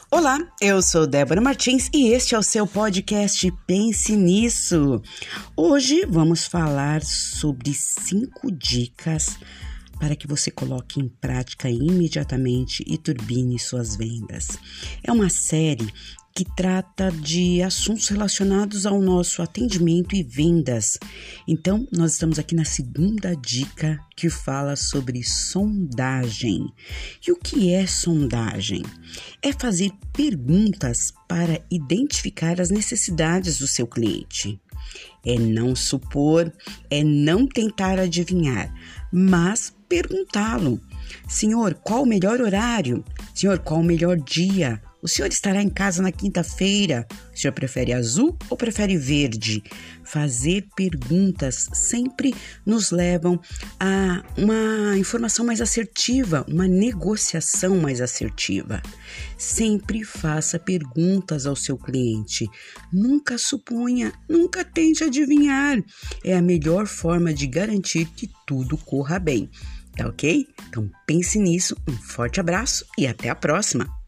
Olá, eu sou Débora Martins e este é o seu podcast Pense Nisso. Hoje vamos falar sobre 5 dicas para que você coloque em prática imediatamente e turbine suas vendas. É uma série que trata de assuntos relacionados ao nosso atendimento e vendas. Então, nós estamos aqui na segunda dica que fala sobre sondagem. E o que é sondagem? É fazer perguntas para identificar as necessidades do seu cliente. É não supor, é não tentar adivinhar, mas perguntá-lo. Senhor, qual o melhor horário? Senhor, qual o melhor dia? O senhor estará em casa na quinta-feira? O senhor prefere azul ou prefere verde? Fazer perguntas sempre nos levam a uma informação mais assertiva, uma negociação mais assertiva. Sempre faça perguntas ao seu cliente. Nunca suponha, nunca tente adivinhar. É a melhor forma de garantir que tudo corra bem. Tá ok? Então pense nisso, um forte abraço e até a próxima!